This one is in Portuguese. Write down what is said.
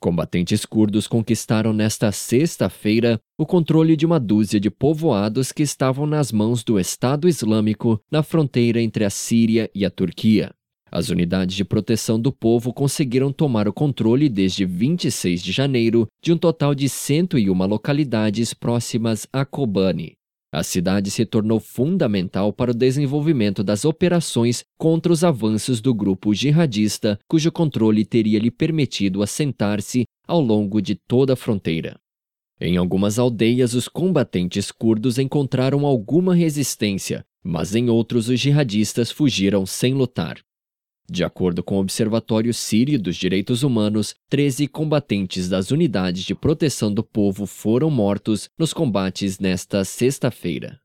Combatentes curdos conquistaram nesta sexta-feira o controle de uma dúzia de povoados que estavam nas mãos do Estado Islâmico na fronteira entre a Síria e a Turquia. As unidades de proteção do povo conseguiram tomar o controle desde 26 de janeiro de um total de 101 localidades próximas a Kobani. A cidade se tornou fundamental para o desenvolvimento das operações contra os avanços do grupo jihadista, cujo controle teria lhe permitido assentar-se ao longo de toda a fronteira. Em algumas aldeias, os combatentes curdos encontraram alguma resistência, mas em outros os jihadistas fugiram sem lutar. De acordo com o Observatório Sírio dos Direitos Humanos, 13 combatentes das unidades de proteção do povo foram mortos nos combates nesta sexta-feira.